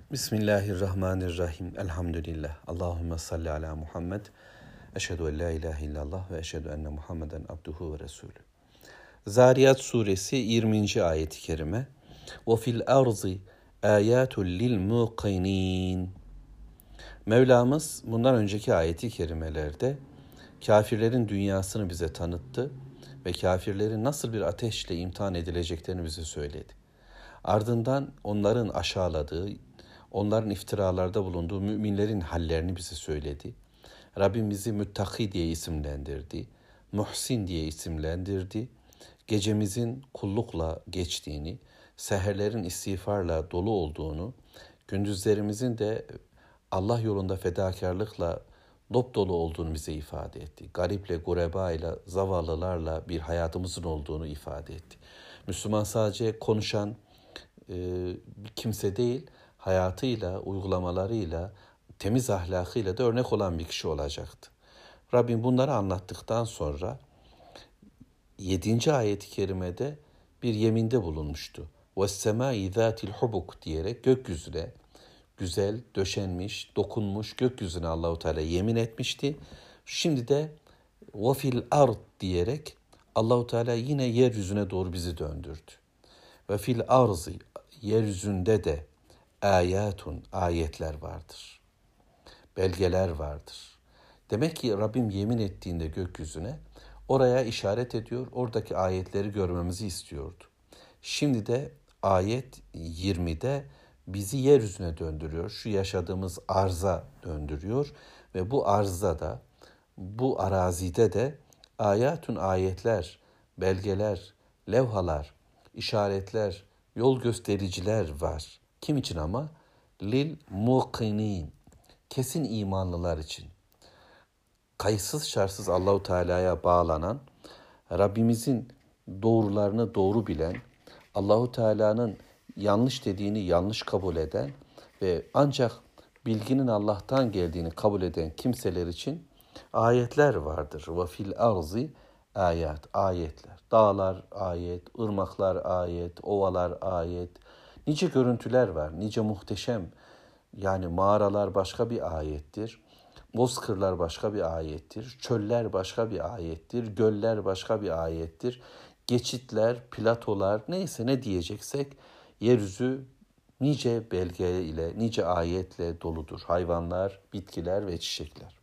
Bismillahirrahmanirrahim. Elhamdülillah. Allahümme salli ala Muhammed. Eşhedü en la ilahe illallah ve eşhedü enne Muhammeden abduhu ve resulü. Zariyat suresi 20. ayet-i kerime. Ve fil ardı ayatul lil muqinin. Mevlamız bundan önceki ayet-i kerimelerde kafirlerin dünyasını bize tanıttı ve kafirlerin nasıl bir ateşle imtihan edileceklerini bize söyledi. Ardından onların aşağıladığı, onların iftiralarda bulunduğu müminlerin hallerini bize söyledi. Rabbim bizi müttaki diye isimlendirdi, muhsin diye isimlendirdi. Gecemizin kullukla geçtiğini, seherlerin istiğfarla dolu olduğunu, gündüzlerimizin de Allah yolunda fedakarlıkla dop dolu olduğunu bize ifade etti. Gariple, gurebayla, zavallılarla bir hayatımızın olduğunu ifade etti. Müslüman sadece konuşan bir kimse değil, hayatıyla, uygulamalarıyla, temiz ahlakıyla da örnek olan bir kişi olacaktı. Rabbim bunları anlattıktan sonra 7. ayet-i kerimede bir yeminde bulunmuştu. وَالسَّمَاءِ ذَاتِ الْحُبُكِ diyerek gökyüzüne, güzel, döşenmiş, dokunmuş gökyüzüne Allahu Teala yemin etmişti. Şimdi de وَفِي الْأَرْضِ diyerek Allahu Teala yine yeryüzüne doğru bizi döndürdü. Ve fil arzi, yeryüzünde de ayatun, ayetler vardır. Belgeler vardır. Demek ki Rabbim yemin ettiğinde gökyüzüne oraya işaret ediyor, oradaki ayetleri görmemizi istiyordu. Şimdi de ayet 20'de bizi yeryüzüne döndürüyor, şu yaşadığımız arza döndürüyor ve bu arzda da, bu arazide de ayatun, ayetler, belgeler, levhalar, işaretler, yol göstericiler var. Kim için ama? Lil muqinin. Kesin imanlılar için. Kayıtsız şartsız Allahu Teala'ya bağlanan, Rabbimizin doğrularını doğru bilen, Allahu Teala'nın yanlış dediğini yanlış kabul eden ve ancak bilginin Allah'tan geldiğini kabul eden kimseler için ayetler vardır. Ve fil arzi ayet, ayetler. Dağlar ayet, ırmaklar ayet, ovalar ayet. Nice görüntüler var, nice muhteşem. Yani mağaralar başka bir ayettir. Bozkırlar başka bir ayettir. Çöller başka bir ayettir. Göller başka bir ayettir. Geçitler, platolar, neyse ne diyeceksek yeryüzü nice belge ile, nice ayetle doludur. Hayvanlar, bitkiler ve çiçekler.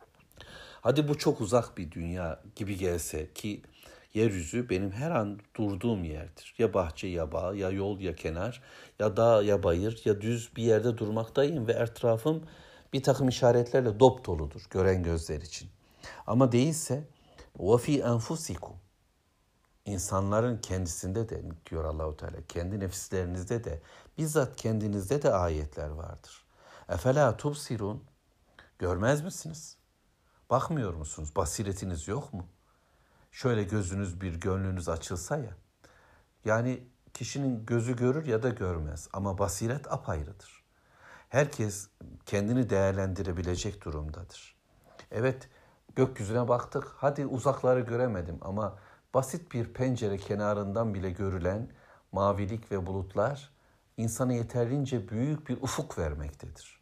Hadi bu çok uzak bir dünya gibi gelse ki yeryüzü benim her an durduğum yerdir. Ya bahçe ya bağ, ya yol ya kenar, ya dağ ya bayır, ya düz bir yerde durmaktayım ve etrafım bir takım işaretlerle dop doludur gören gözler için. Ama değilse وَفِي أَنْفُسِكُمْ İnsanların kendisinde de diyor Allahu Teala, kendi nefislerinizde de, bizzat kendinizde de ayetler vardır. اَفَلَا تُبْصِرُونَ Görmez misiniz? Bakmıyor musunuz? Basiretiniz yok mu? Şöyle gözünüz bir gönlünüz açılsa ya. Yani kişinin gözü görür ya da görmez ama basiret apayrıdır. Herkes kendini değerlendirebilecek durumdadır. Evet, gökyüzüne baktık. Hadi uzakları göremedim ama basit bir pencere kenarından bile görülen mavilik ve bulutlar insana yeterince büyük bir ufuk vermektedir.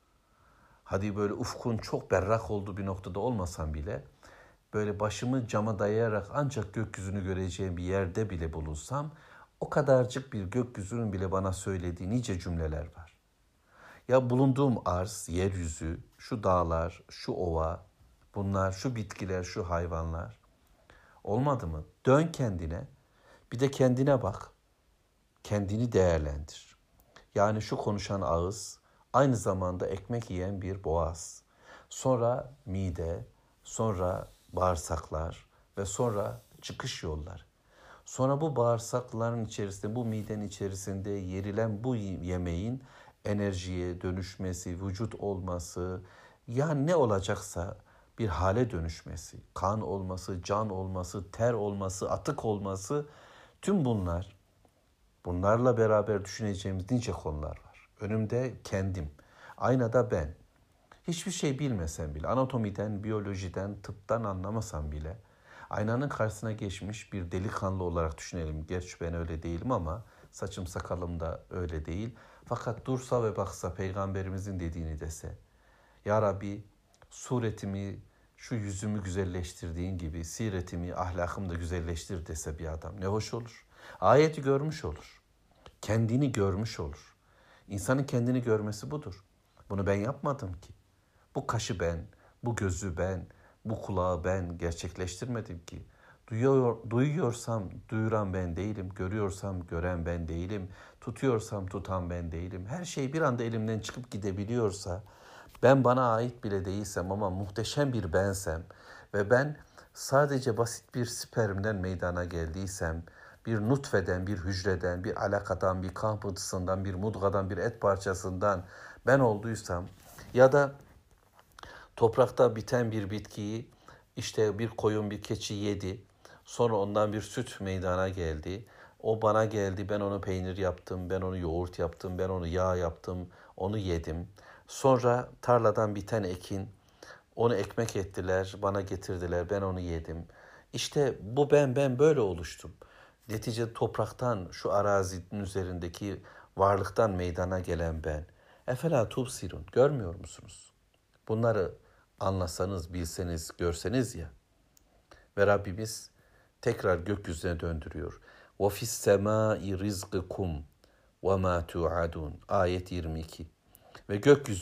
Hadi böyle ufkun çok berrak olduğu bir noktada olmasam bile, böyle başımı cama dayayarak ancak gökyüzünü göreceğim bir yerde bile bulunsam, o kadarcık bir gökyüzünün bile bana söylediği nice cümleler var. Ya bulunduğum arz, yeryüzü, şu dağlar, şu ova, bunlar, şu bitkiler, şu hayvanlar. Olmadı mı? Dön kendine, bir de kendine bak, kendini değerlendir. Yani şu konuşan ağız, aynı zamanda ekmek yiyen bir boğaz. Sonra mide, sonra bağırsaklar ve sonra çıkış yolları. Sonra bu bağırsakların içerisinde, bu midenin içerisinde yerilen bu yemeğin enerjiye dönüşmesi, vücut olması, ya ne olacaksa bir hale dönüşmesi, kan olması, can olması, ter olması, atık olması, tüm bunlarla beraber düşüneceğimiz nice konular var. Önümde kendim, aynada ben. Hiçbir şey bilmesem bile, anatomiden, biyolojiden, tıptan anlamasam bile, aynanın karşısına geçmiş bir delikanlı olarak düşünelim. Gerçi ben öyle değilim ama saçım sakalım da öyle değil. Fakat dursa ve baksa Peygamberimizin dediğini dese, Ya Rabbi suretimi, şu yüzümü güzelleştirdiğin gibi siretimi, ahlakımı da güzelleştir dese bir adam ne hoş olur. Ayeti görmüş olur. Kendini görmüş olur. İnsanın kendini görmesi budur. Bunu ben yapmadım ki. Bu kaşı ben, bu gözü ben, bu kulağı ben gerçekleştirmedim ki. Duyuyorsam duyuran ben değilim, görüyorsam gören ben değilim, tutuyorsam tutan ben değilim. Her şey bir anda elimden çıkıp gidebiliyorsa, ben bana ait bile değilsem ama muhteşem bir bensem ve ben sadece basit bir spermden meydana geldiysem, bir nutfeden, bir hücreden, bir alakadan, bir kan pıhtısından, bir mudgadan, bir et parçasından ben olduysam ya da toprakta biten bir bitkiyi işte bir koyun, bir keçi yedi. Sonra ondan bir süt meydana geldi. O bana geldi, ben onu peynir yaptım, ben onu yoğurt yaptım, ben onu yağ yaptım, onu yedim. Sonra tarladan biten ekin, onu ekmek ettiler, bana getirdiler, ben onu yedim. İşte bu ben böyle oluştum. Netice topraktan, şu arazinin üzerindeki varlıktan meydana gelen ben. Efela tubsirun, görmüyor musunuz? Bunları anlasanız, bilseniz, görseniz ya. Ve Rabbimiz tekrar gökyüzüne döndürüyor. وَفِي السَّمَاءِ رِزْقِكُمْ وَمَا تُوعَدُونَ Ayet 22. Ve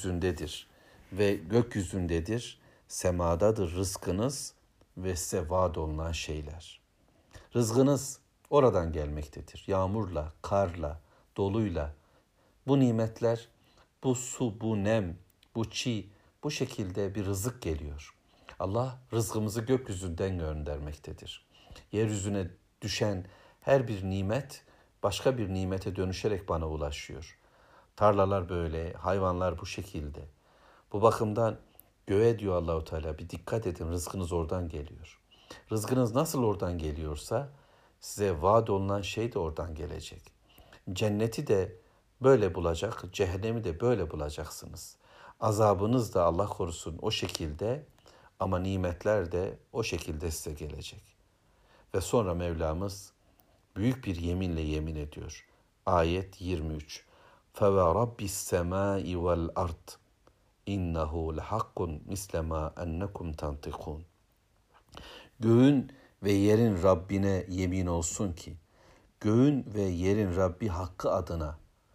gökyüzündedir, semadadır rızkınız ve size vaat olunan şeyler. Rızkınız oradan gelmektedir. Yağmurla, karla, doluyla. Bu nimetler, bu su, bu nem, bu çiğ, bu şekilde bir rızık geliyor. Allah rızkımızı gökyüzünden göndermektedir. Yeryüzüne düşen her bir nimet başka bir nimete dönüşerek bana ulaşıyor. Tarlalar böyle, hayvanlar bu şekilde. Bu bakımdan göğe diyor Allahu Teala, bir dikkat edin, rızkınız oradan geliyor. Rızkınız nasıl oradan geliyorsa size vaat olunan şey de oradan gelecek. Cenneti de böyle bulacak, cehennemi de böyle bulacaksınız. Azabınız da Allah korusun o şekilde ama nimetler de o şekilde size gelecek. Ve sonra Mevlamız büyük bir yeminle yemin ediyor. Ayet 23. فَوَرَبِّ السَّمَاءِ وَالْأَرْضِ İnnehu lehakkun mislema ennekum tantikun. Göğün ve yerin Rabbine yemin olsun ki, göğün ve yerin Rabbi hakkı adına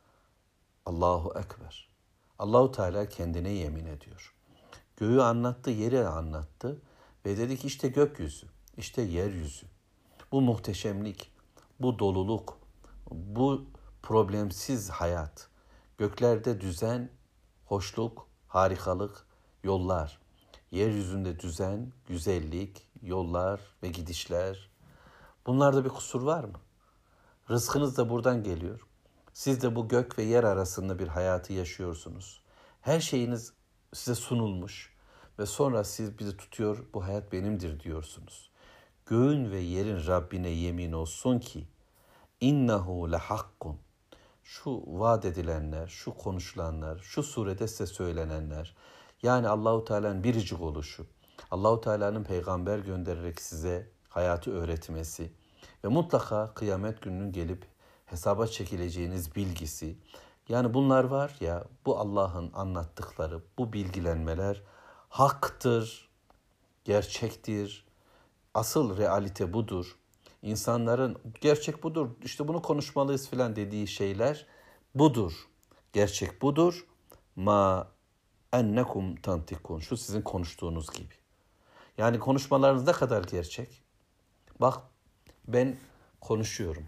Allahu Ekber. Allahu Teala kendine yemin ediyor. Göğü anlattı, yeri anlattı ve dedi ki işte gökyüzü, işte yeryüzü. Bu muhteşemlik, bu doluluk, bu problemsiz hayat, göklerde düzen, hoşluk, harikalık, yollar, yeryüzünde düzen, güzellik, yollar ve gidişler. Bunlarda bir kusur var mı? Rızkınız da buradan geliyor. Siz de bu gök ve yer arasında bir hayatı yaşıyorsunuz. Her şeyiniz size sunulmuş ve sonra siz bizi tutuyor, bu hayat benimdir diyorsunuz. Göğün ve yerin Rabbine yemin olsun ki innehu lehakkun. Şu vaat edilenler, şu konuşulanlar, şu surede size söylenenler, yani Allahu Teala'nın biricik oluşu, Allahu Teala'nın peygamber göndererek size hayatı öğretmesi ve mutlaka kıyamet gününün gelip hesaba çekileceğiniz bilgisi, yani bunlar var ya, bu Allah'ın anlattıkları, bu bilgilenmeler haktır, gerçektir, asıl realite budur. İnsanların gerçek budur, işte bunu konuşmalıyız filan dediği şeyler budur. Gerçek budur. Ma ennekum tantikun. Şu sizin konuştuğunuz gibi. Yani konuşmalarınız ne kadar gerçek? Bak ben konuşuyorum.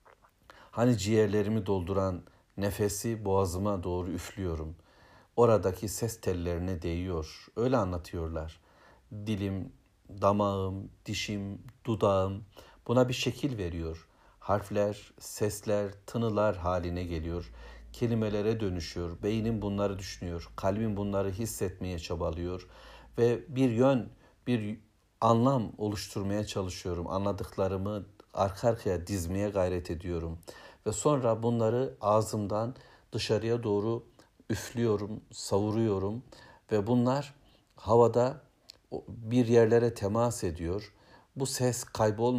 Hani ciğerlerimi dolduran nefesi boğazıma doğru üflüyorum. Oradaki ses tellerine değiyor. Öyle anlatıyorlar. Dilim, damağım, dişim, dudağım buna bir şekil veriyor. Harfler, sesler, tınılar haline geliyor. Kelimelere dönüşüyor. Beynim bunları düşünüyor. Kalbim bunları hissetmeye çabalıyor. Ve bir yön, bir anlam oluşturmaya çalışıyorum. Anladıklarımı arka arkaya dizmeye gayret ediyorum. Ve sonra bunları ağzımdan dışarıya doğru üflüyorum, savuruyorum. Ve bunlar havada bir yerlere temas ediyor. Bu ses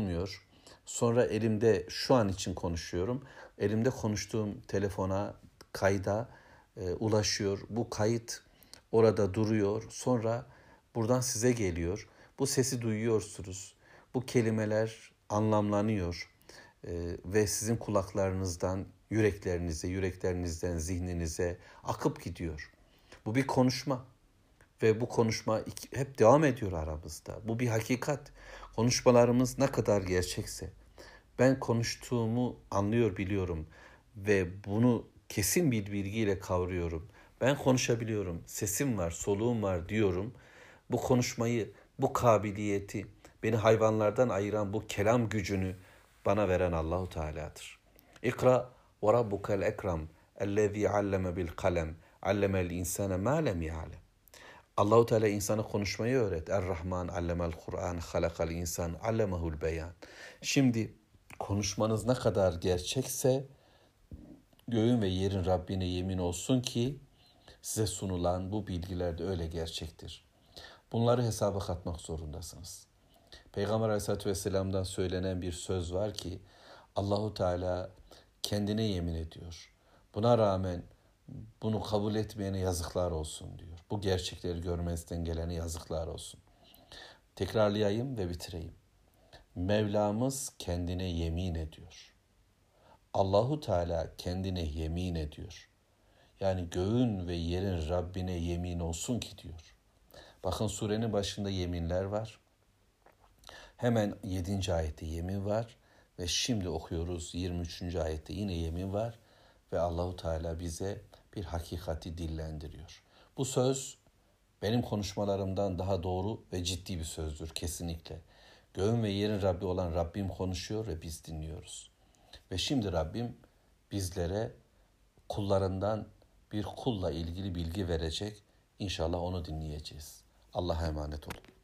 kaybolmuyor. Sonra elimde, şu an için konuşuyorum, elimde konuştuğum telefona kayda ulaşıyor. Bu kayıt orada duruyor. Sonra buradan size geliyor. Bu sesi duyuyorsunuz. Bu kelimeler anlamlanıyor. Ve sizin kulaklarınızdan yüreklerinize, yüreklerinizden zihninize akıp gidiyor. Bu bir konuşma ve bu konuşma hep devam ediyor aramızda. Bu bir hakikat. Konuşmalarımız ne kadar gerçekse, ben konuştuğumu anlıyor biliyorum ve bunu kesin bir bilgiyle kavruyorum. Ben konuşabiliyorum, sesim var, soluğum var diyorum. Bu konuşmayı, bu kabiliyeti, beni hayvanlardan ayıran bu kelam gücünü bana veren Allahu Teala'dır. İkra ve rabbukel ekrem ellezî alleme bil kalem allemel insane ma lem ya'lem. Allahu Teala insana konuşmayı öğret. Er-Rahman allemel Kur'an halakal insan allemehul beyan. Şimdi konuşmanız ne kadar gerçekse göğün ve yerin Rabbine yemin olsun ki size sunulan bu bilgiler de öyle gerçektir. Bunları hesaba katmak zorundasınız. Peygamber Aleyhisselatü Vesselam'dan söylenen bir söz var ki Allahu Teala kendine yemin ediyor. Buna rağmen bunu kabul etmeyene yazıklar olsun diyor. Bu gerçekleri görmezden gelene yazıklar olsun. Tekrarlayayım ve bitireyim. Mevlamız kendine yemin ediyor. Allahu Teala kendine yemin ediyor. Yani göğün ve yerin Rabbine yemin olsun ki diyor. Bakın surenin başında yeminler var. Hemen 7. ayette yemin var ve şimdi okuyoruz 23. ayette yine yemin var ve Allahu Teala bize bir hakikati dillendiriyor. Bu söz benim konuşmalarımdan daha doğru ve ciddi bir sözdür kesinlikle. Göğün ve yerin Rabbi olan Rabbim konuşuyor ve biz dinliyoruz. Ve şimdi Rabbim bizlere kullarından bir kulla ilgili bilgi verecek. İnşallah onu dinleyeceğiz. Allah'a emanet olun.